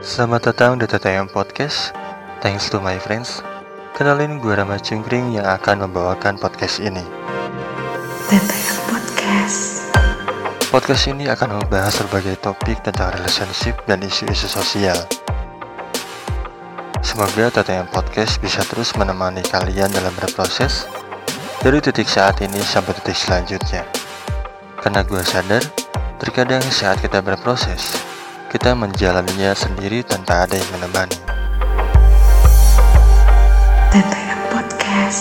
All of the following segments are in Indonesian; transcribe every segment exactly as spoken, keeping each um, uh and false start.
Selamat datang di T T M Podcast. Thanks to my friends. Kenalin gue Rama Cungkring yang akan membawakan podcast ini. T T M Podcast. Podcast ini akan membahas berbagai topik tentang relationship dan isu-isu sosial. Semoga T T M Podcast bisa terus menemani kalian dalam berproses dari titik saat ini sampai titik selanjutnya. Karena gue sadar, terkadang saat kita berproses, kita menjalaninya sendiri tanpa ada yang menemani. T T M Podcast.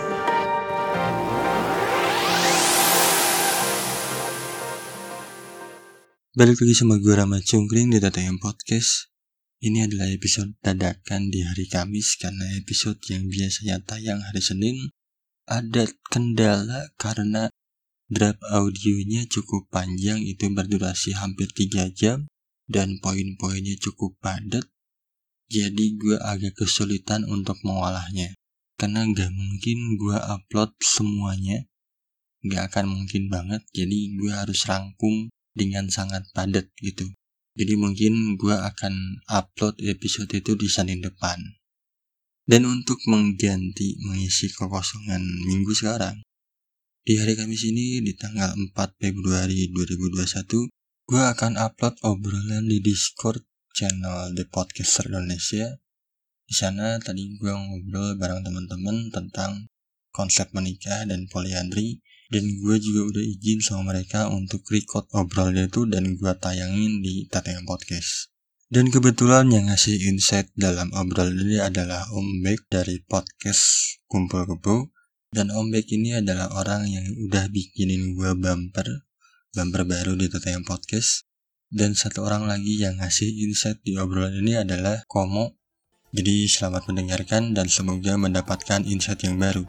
Balik lagi sama gue Rama Cungkring di T T M Podcast. Ini adalah episode dadakan di hari Kamis karena episode yang biasanya tayang hari Senin ada kendala karena draft audionya cukup panjang, itu berdurasi hampir tiga jam dan poin-poinnya cukup padat. Jadi gue agak kesulitan untuk mengolahnya karena gak mungkin gue upload semuanya, gak akan mungkin banget. Jadi gue harus rangkum dengan sangat padat gitu. Jadi mungkin gue akan upload episode itu di Senin depan. Dan untuk mengganti mengisi kekosongan minggu sekarang, di hari Kamis ini di tanggal empat Februari dua ribu dua puluh satu, gue akan upload obrolan di Discord channel The Podcaster Indonesia. Di sana tadi gue ngobrol bareng teman-teman tentang konsep menikah dan poliandri. Dan gue juga udah izin sama mereka untuk record obrolannya itu dan gue tayangin di T T M Podcast. Dan kebetulan yang ngasih insight dalam obrolan ini adalah Om Bek dari podcast Kumpul Kebo. Dan Om Bek ini adalah orang yang udah bikinin gue bumper Bumper baru di T T M Podcast. Dan satu orang lagi yang ngasih insight di obrolan ini adalah Komo. Jadi selamat mendengarkan dan semoga mendapatkan insight yang baru.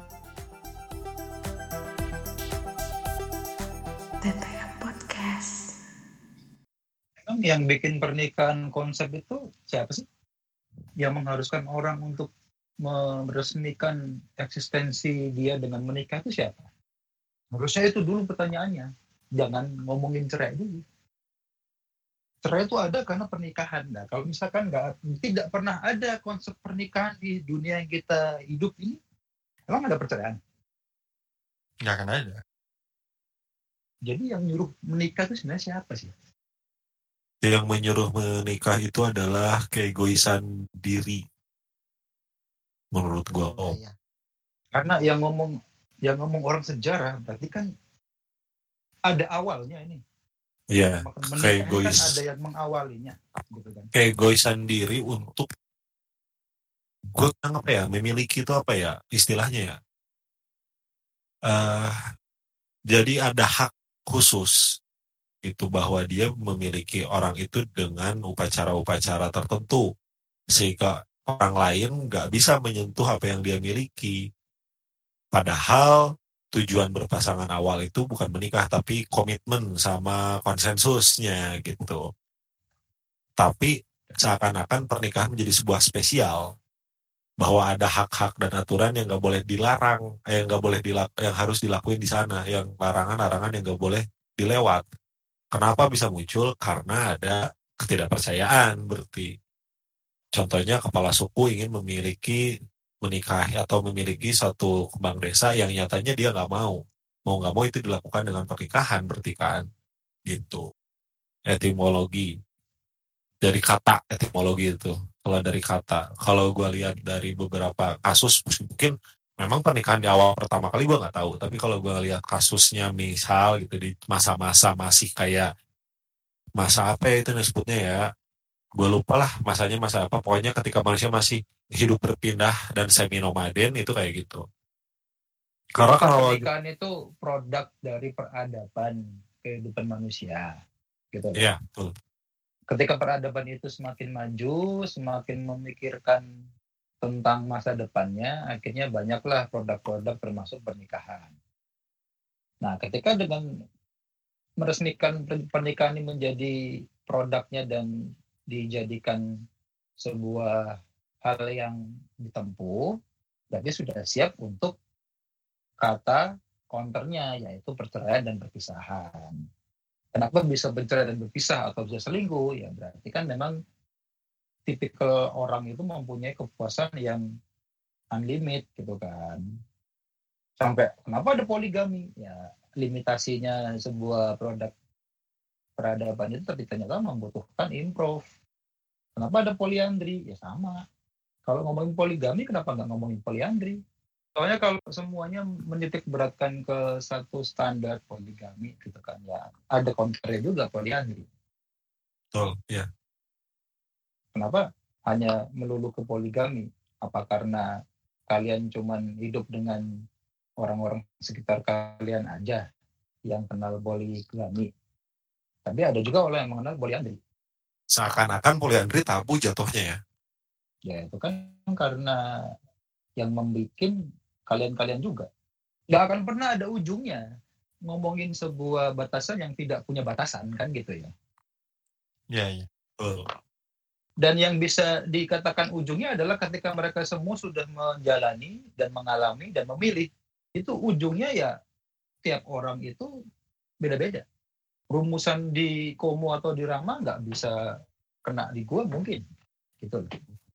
T T M Podcast. Emang yang bikin pernikahan konsep itu siapa sih? Yang mengharuskan orang untuk meresmikan eksistensi dia dengan menikah itu siapa? Harusnya itu dulu pertanyaannya. Jangan ngomongin cerai dulu. Cerai itu ada karena pernikahan. Nah, kalau misalkan nggak, tidak pernah ada konsep pernikahan di dunia yang kita hidup ini, emang ada perceraian? Nggak akan ada. Jadi yang nyuruh menikah itu sebenarnya siapa sih? Yang menyuruh menikah itu adalah keegoisan diri, menurut gua. Oh, ya. Karena yang ngomong yang ngomong orang sejarah berarti kan ada awalnya ini. Iya, Menikah keegois. kan ada yang mengawalinya, gitu kan. Keegoisan diri untuk gue apa ya, memiliki itu apa ya istilahnya ya. Uh, jadi ada hak khusus itu bahwa dia memiliki orang itu dengan upacara-upacara tertentu sehingga orang lain nggak bisa menyentuh apa yang dia miliki. Padahal tujuan berpasangan awal itu bukan menikah tapi komitmen sama konsensusnya gitu. Tapi seakan-akan pernikahan menjadi sebuah spesial bahwa ada hak-hak dan aturan yang nggak boleh dilarang, yang nggak boleh dilak- yang harus dilakuin di sana, yang larangan-larangan yang nggak boleh dilewat. Kenapa bisa muncul? Karena ada ketidakpercayaan berarti. Contohnya kepala suku ingin memiliki menikahi atau memiliki satu kembang desa yang nyatanya dia nggak mau. Mau nggak mau itu dilakukan dengan pernikahan berarti kan, gitu. Etimologi dari kata etimologi itu. Kalau dari kata, kalau gue lihat dari beberapa kasus, mungkin memang pernikahan di awal pertama kali gue nggak tahu. Tapi kalau gue lihat kasusnya misal gitu di masa-masa masih kayak masa apa ya itu disebutnya ya, gue lupa lah masanya masa apa. Pokoknya ketika manusia masih hidup berpindah dan semi nomaden itu kayak gitu. Karena kalau pernikahan itu produk dari peradaban kehidupan manusia, gitu. Iya, betul. Ketika peradaban itu semakin maju, semakin memikirkan tentang masa depannya, akhirnya banyaklah produk-produk termasuk pernikahan. Nah, ketika dengan meresmikan pernikahan ini menjadi produknya dan dijadikan sebuah hal yang ditempuh, berarti sudah siap untuk kata counternya, yaitu perceraian dan perpisahan. Kenapa bisa bercerai dan berpisah atau bisa selingkuh? Ya berarti kan memang tipikal orang itu mempunyai kepuasan yang unlimited gitu kan. Sampai kenapa ada poligami? Ya limitasinya sebuah produk peradaban itu ternyata membutuhkan improve. Kenapa ada poliandri? Ya sama. Kalau ngomongin poligami, kenapa nggak ngomongin poliandri? Soalnya kalau semuanya menitik beratkan ke satu standar poligami gitu kan ya, ada kontranya juga poliandri. Betul, ya. Kenapa hanya melulu ke poligami? Apa karena kalian cuman hidup dengan orang-orang sekitar kalian aja yang kenal poligami? Tapi ada juga orang yang mengenal poliandri. Seakan-akan poliandri tabu jatuhnya ya. Ya itu kan karena yang membuat kalian-kalian juga. Nggak akan pernah ada ujungnya ngomongin sebuah batasan yang tidak punya batasan kan gitu ya. Iya, iya. Betul. Dan yang bisa dikatakan ujungnya adalah ketika mereka semua sudah menjalani dan mengalami dan memilih. Itu ujungnya ya tiap orang itu beda-beda. Rumusan di Komo atau di Rama nggak bisa kena di gua mungkin. Gitu.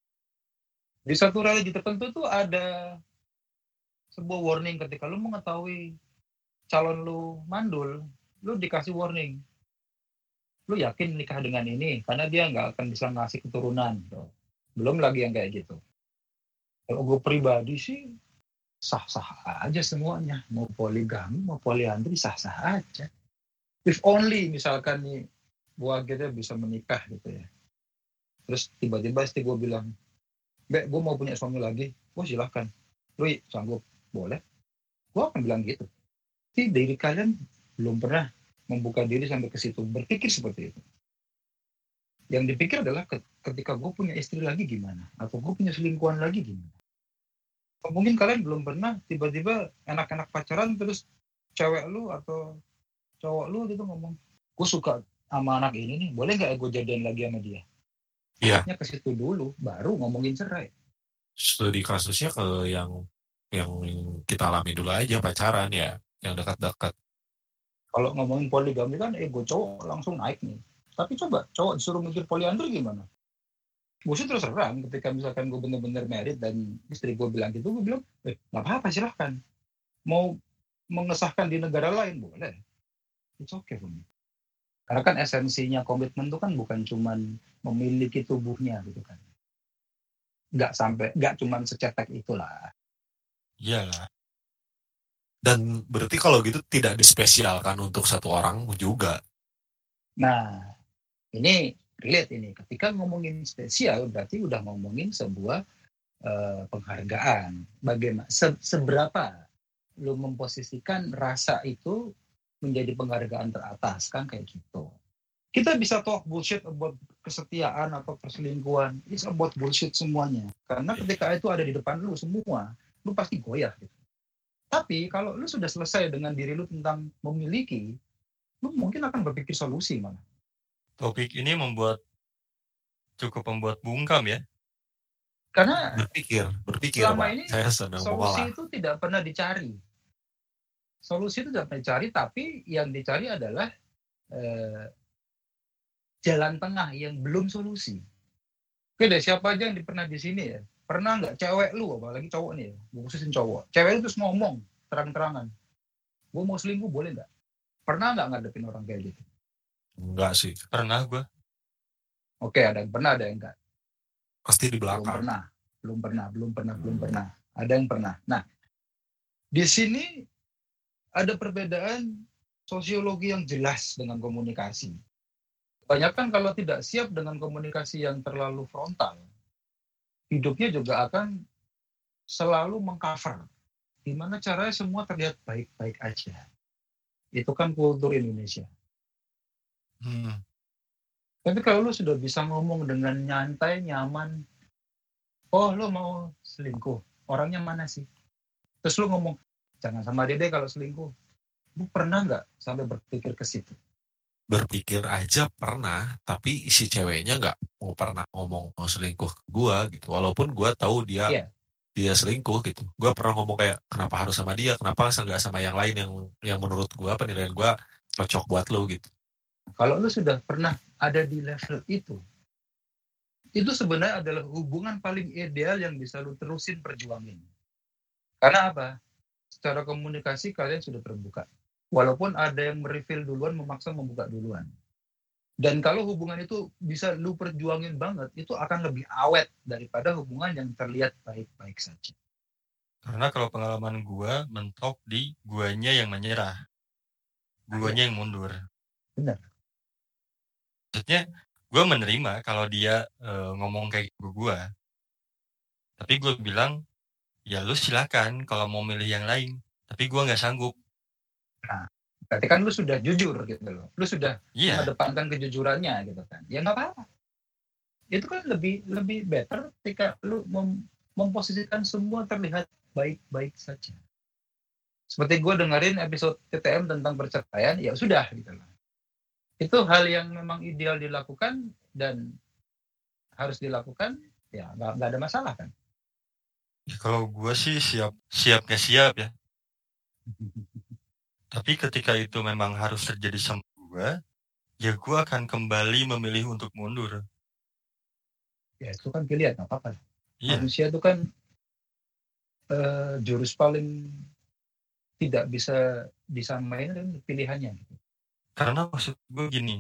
Di satu religi tertentu tuh ada sebuah warning ketika lu mengetahui calon lu mandul, lu dikasih warning. Lu yakin nikah dengan ini karena dia nggak akan bisa ngasih keturunan. Belum lagi yang kayak gitu. Kalau gue pribadi sih sah-sah aja semuanya. Mau poligami, mau poliandri sah-sah aja. If only misalkan nih buah kita bisa menikah gitu ya. Terus tiba-tiba istri gue bilang, Bek, gue mau punya suami lagi. Oh silahkan. Lu sanggup? Boleh. Gue akan bilang gitu. Tapi dari kalian belum pernah membuka diri sampai ke situ, berpikir seperti itu. Yang dipikir adalah ketika gue punya istri lagi gimana, atau gue punya selingkuhan lagi gimana. Mungkin kalian belum pernah tiba-tiba enak-enak pacaran terus cewek lu atau cowok lu gitu ngomong, gue suka sama anak ini nih, boleh nggak gue jadian lagi sama dia? Iya. Ke situ dulu, baru ngomongin cerai. Studi kasusnya ke yang yang kita alami dulu aja pacaran ya, yang dekat-dekat. Kalau ngomongin poligami kan ego cowok langsung naik nih. Tapi coba cowok disuruh mikir poliandri gimana? Gue sih terus terang ketika misalkan gue bener-bener married dan istri gue bilang gitu, gue bilang, eh gak apa-apa silahkan. Mau mengesahkan di negara lain boleh. It's okay for me. Karena kan esensinya komitmen itu kan bukan cuman memiliki tubuhnya gitu kan. Gak sampai, gak cuman secetek itulah. Iyalah. Dan berarti kalau gitu tidak dispesialkan untuk satu orang juga. Nah, ini relate ini. Ketika ngomongin spesial, berarti udah ngomongin sebuah uh, penghargaan. Bagaimana, se- seberapa lu memposisikan rasa itu menjadi penghargaan teratas, kan kayak gitu. Kita bisa talk bullshit about kesetiaan atau perselingkuhan. It's about bullshit semuanya. Karena ketika itu ada di depan lu semua, lu pasti goyah gitu. Tapi kalau lu sudah selesai dengan diri lu tentang memiliki, lu mungkin akan berpikir solusi malah. Topik ini membuat cukup membuat bungkam ya. Karena berpikir, berpikir selama Pak. ini Saya sedang solusi mengolah. itu tidak pernah dicari. Solusi itu tidak pernah dicari, tapi yang dicari adalah eh, jalan tengah yang belum solusi. Oke deh, siapa aja yang pernah di sini ya? Pernah nggak cewek lu, apalagi cowok nih ya, gue khususin cowok, cewek lu terus ngomong terang-terangan, gue mau selingkuh boleh nggak? Pernah nggak ngadepin orang kayak gitu? Enggak sih. Pernah gue. Oke, ada yang pernah, ada yang enggak. Pasti di Belum belakang. pernah, belum pernah, belum pernah, belum pernah. Ada yang pernah. Nah, di sini ada perbedaan sosiologi yang jelas dengan komunikasi. Kebanyakan kalau tidak siap dengan komunikasi yang terlalu frontal, hidupnya juga akan selalu mengcover. Gimana caranya semua terlihat baik-baik aja. Itu kan kultur Indonesia. Hmm. Tapi kalau lu sudah bisa ngomong dengan nyantai, nyaman, oh lu mau selingkuh, orangnya mana sih? Terus lu ngomong, jangan sama dia deh kalau selingkuh. Lu pernah nggak sampai berpikir ke situ? Berpikir aja pernah, tapi si ceweknya nggak mau pernah ngomong mau selingkuh ke gue gitu. Walaupun gue tahu dia Iya. dia selingkuh gitu. Gue pernah ngomong kayak kenapa harus sama dia, kenapa nggak sama yang lain yang yang menurut gue penilaian gue cocok buat lo gitu. Kalau lu sudah pernah ada di level itu, itu sebenarnya adalah hubungan paling ideal yang bisa lu terusin perjuangin. Karena apa? Secara komunikasi kalian sudah terbuka. Walaupun ada yang mereveal duluan, memaksa membuka duluan. Dan kalau hubungan itu bisa lu perjuangin banget, itu akan lebih awet daripada hubungan yang terlihat baik-baik saja. Karena kalau pengalaman gua mentok di guanya yang menyerah. Guanya yang mundur. Benar. Maksudnya gua menerima kalau dia e, ngomong kayak ke gua. Tapi gua bilang, ya lu silakan kalau mau milih yang lain. Tapi gua nggak sanggup. Nah, berarti kan lu sudah jujur gitu loh. Lu sudah Iya. mengedepankan kejujurannya gitu kan. Ya nggak apa-apa. Itu kan lebih lebih better ketika lu mem- memposisikan semua terlihat baik-baik saja. Seperti gue dengerin episode T T M tentang perceraian, ya sudah gitu loh. Itu hal yang memang ideal dilakukan dan harus dilakukan, ya nggak nggak ada masalah kan. Ya, kalau gua sih siap siap gak siap ya. Tapi ketika itu memang harus terjadi sama gua, ya gua akan kembali memilih untuk mundur. Ya itu kan pilihan, nggak apa-apa. Iya. Manusia itu kan uh, jurus paling tidak bisa disamain kan pilihannya. Karena maksud gue gini,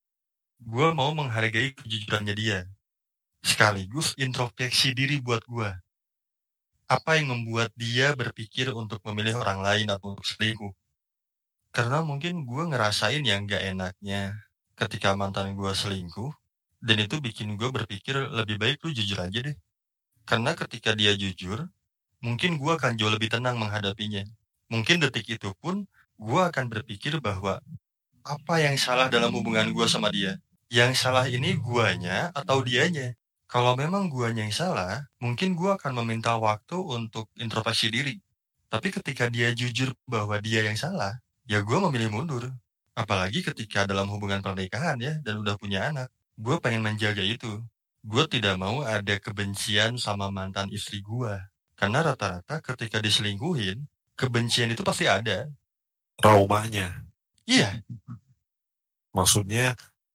gue mau menghargai kejujurannya dia, sekaligus introspeksi diri buat gue. Apa yang membuat dia berpikir untuk memilih orang lain atau untuk selingkuh? Karena mungkin gue ngerasain yang gak enaknya ketika mantan gue selingkuh, dan itu bikin gue berpikir lebih baik lu jujur aja deh. Karena ketika dia jujur, mungkin gue akan jauh lebih tenang menghadapinya. Mungkin detik itu pun gue akan berpikir bahwa apa yang salah dalam hubungan gue sama dia? Yang salah ini guanya atau dianya? Kalau memang guanya yang salah, mungkin gue akan meminta waktu untuk introspeksi diri. Tapi ketika dia jujur bahwa dia yang salah, ya gue memilih mundur. Apalagi ketika dalam hubungan pernikahan ya, dan udah punya anak. Gue pengen menjaga itu. Gue tidak mau ada kebencian sama mantan istri gue. Karena rata-rata ketika diselingkuhin, kebencian itu pasti ada. Traumanya. Iya. Maksudnya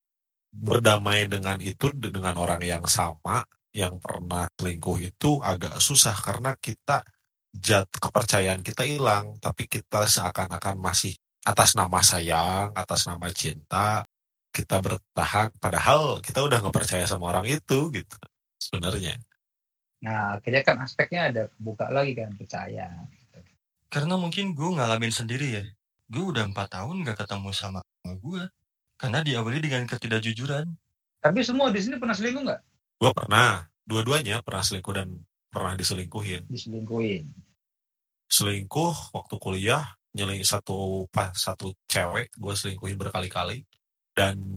berdamai dengan itu dengan orang yang sama yang pernah selingkuh itu agak susah karena kita jat kepercayaan kita hilang, tapi kita seakan-akan masih atas nama sayang, atas nama cinta kita bertahan padahal kita udah nggak percaya sama orang itu gitu sebenarnya. Nah akhirnya kan aspeknya ada buka lagi kan percaya. Karena mungkin gue ngalamin sendiri ya, gue udah empat tahun gak ketemu sama gue karena diawali dengan ketidakjujuran. Tapi semua di sini pernah selingkuh nggak? Gue pernah, dua-duanya pernah selingkuh dan pernah diselingkuhin. Diselingkuhin. Selingkuh waktu kuliah, nyeling satu pas satu cewek, gue selingkuhin berkali-kali. Dan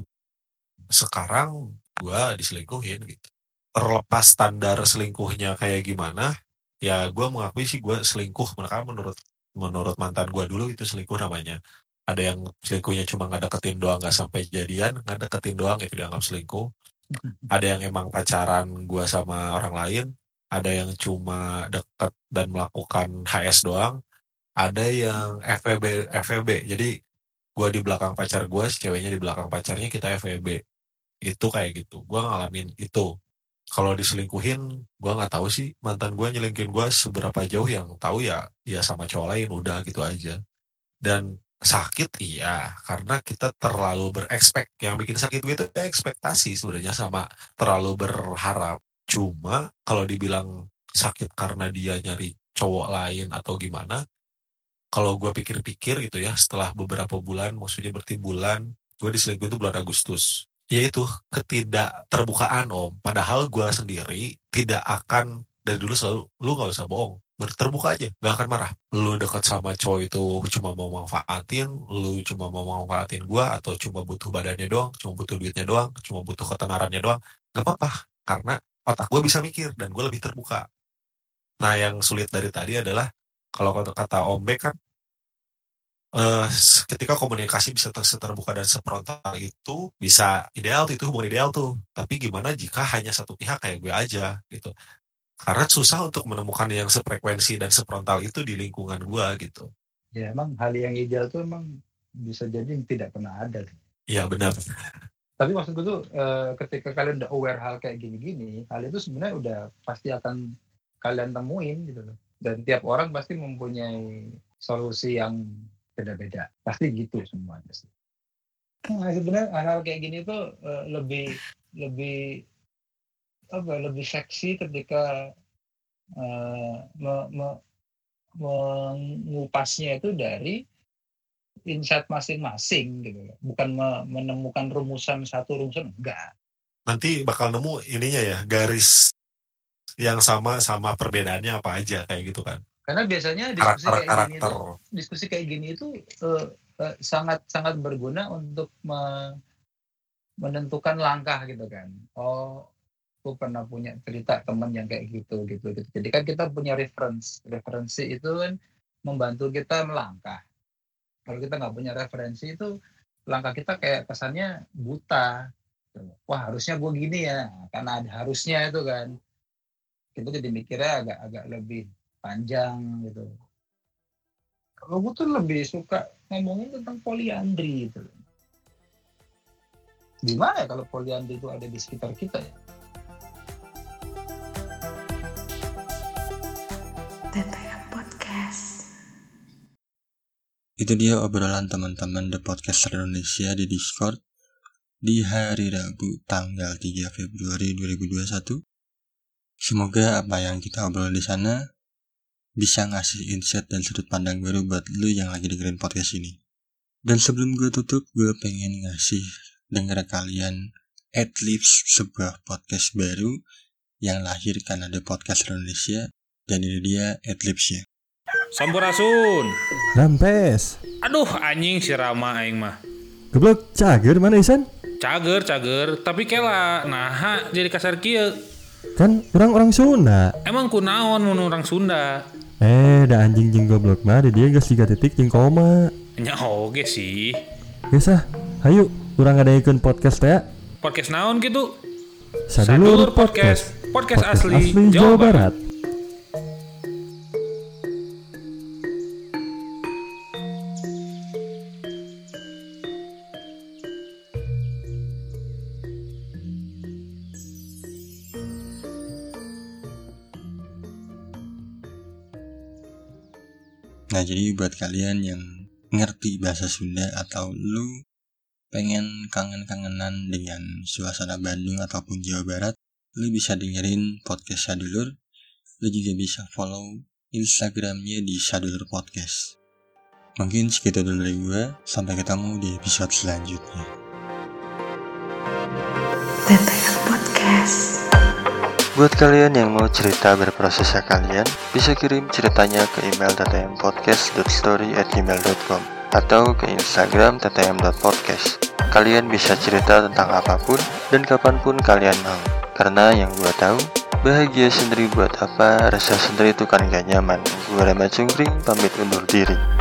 sekarang gue diselingkuhin gitu. Terlepas standar selingkuhnya kayak gimana, ya gue mengakui sih gue selingkuh. Mereka menurut menurut mantan gue dulu itu selingkuh namanya. Ada yang selingkuhnya cuma nggak deketin doang, nggak sampai jadian, nggak deketin doang itu dianggap selingkuh. Ada yang emang pacaran gue sama orang lain, ada yang cuma deket dan melakukan H S doang, ada yang F W B F W B. Jadi gue di belakang pacar gue, si ceweknya di belakang pacarnya, kita F W B. Itu kayak gitu. Gue ngalamin itu. Kalau diselingkuhin, gue nggak tahu sih mantan gue nyelingkuhin gue seberapa jauh. Yang tahu ya, ya sama cowok lain udah gitu aja. Dan sakit iya, karena kita terlalu berekspek. Yang bikin sakit gue itu ekspektasi sebenarnya sama terlalu berharap. Cuma kalau dibilang sakit karena dia nyari cowok lain atau gimana, kalau gue pikir-pikir gitu ya, setelah beberapa bulan, maksudnya berarti bulan, gue diselingkuh itu bulan Agustus. Yaitu ketidakterbukaan om. Padahal gue sendiri tidak akan, dari dulu selalu, lu gak usah bohong. Terbuka aja, gak akan marah. Lu dekat sama cowok itu cuma mau manfaatin, lu cuma mau manfaatin gue, atau cuma butuh badannya doang, cuma butuh duitnya doang, cuma butuh ketenarannya doang, gak apa-apa. Karena otak gue bisa mikir, dan gue lebih terbuka. Nah yang sulit dari tadi adalah, kalau kata Om Bek kan, Uh, ketika komunikasi bisa terbuka dan sefrontal itu bisa ideal, itu hubungan ideal tuh. Tapi gimana jika hanya satu pihak kayak gue aja gitu? Karena susah untuk menemukan yang sefrekuensi dan sefrontal itu di lingkungan gue gitu. Ya emang hal yang ideal tuh emang bisa jadi tidak pernah ada. Iya benar. Tapi maksudku tuh eh, ketika kalian udah aware hal kayak gini-gini, hal itu sebenarnya udah pasti akan kalian temuin gitu loh. Dan tiap orang pasti mempunyai solusi yang beda-beda. Pasti gitu semuanya sih. Nah, sebenarnya hal-hal kayak gini tuh eh, lebih lebih apa lebih seksi ketika eh, me- me- mengupasnya itu dari insight masing-masing gitu loh. Bukan me- menemukan rumusan satu rumusan, enggak. Nanti bakal nemu ininya ya, garis yang sama sama perbedaannya apa aja kayak gitu kan. Karena biasanya diskusi kayak gini Karakter-karakter. itu diskusi kayak gini itu eh, eh, sangat sangat berguna untuk me- menentukan langkah gitu kan. Oh, aku pernah punya cerita teman yang kayak gitu gitu gitu. Jadi kan kita punya reference, referensi itu kan membantu kita melangkah. Kalau kita nggak punya referensi itu langkah kita kayak kesannya buta. Wah harusnya gue gini ya, karena ada harusnya itu kan. Kita jadi mikirnya agak agak lebih panjang gitu. Kalau gue tuh lebih suka ngomongin tentang poliandri gitu. Gimana ya kalau poliandri itu ada di sekitar kita ya? T T M Podcast. Itu dia obrolan teman-teman The Podcaster Indonesia di Discord di hari Rabu tanggal tiga Februari dua ribu dua puluh satu. Semoga apa yang kita obrol di sana bisa ngasih insight dan sudut pandang baru buat lu yang lagi dengerin podcast ini. Dan sebelum gue tutup, gue pengen ngasih denger kalian Adlibs, sebuah podcast baru yang lahir karena The Podcaster Indonesia, dan ini dia Adlibsnya. Sampurasun. Rampes. Aduh anjing si Rama aing mah. Geblok cager mana Isan? Cager cager tapi kela naha jadi kasar kieu. Kan orang-orang Sunda. Emang kunaon mun orang Sunda? Eh, da anjing jeung goblok mah di dia geus tiga titik jeung koma. Nya oge sih. Geus ah, hayu urang ngadaikeun podcast teh. Podcast naon gitu? Sadulur podcast. Podcast asli Jawa Barat. Nah jadi buat kalian yang ngerti bahasa Sunda atau lu pengen kangen-kangenan dengan suasana Bandung ataupun Jawa Barat, lu bisa dengerin podcast Sadulur. Lu juga bisa follow Instagramnya di Sadulur Podcast. Mungkin segitu dulu dari gue. Sampai ketemu di episode selanjutnya. T T M Podcast. Buat kalian yang mau cerita berprosesnya kalian, bisa kirim ceritanya ke email t t m podcast dot story at gmail dot com atau ke Instagram t t m dot podcast. Kalian bisa cerita tentang apapun dan kapanpun kalian mau. Karena yang gua tahu, bahagia sendiri buat apa, rasa sendiri itu kan gak nyaman. Gua Rama Cungkring, pamit undur diri.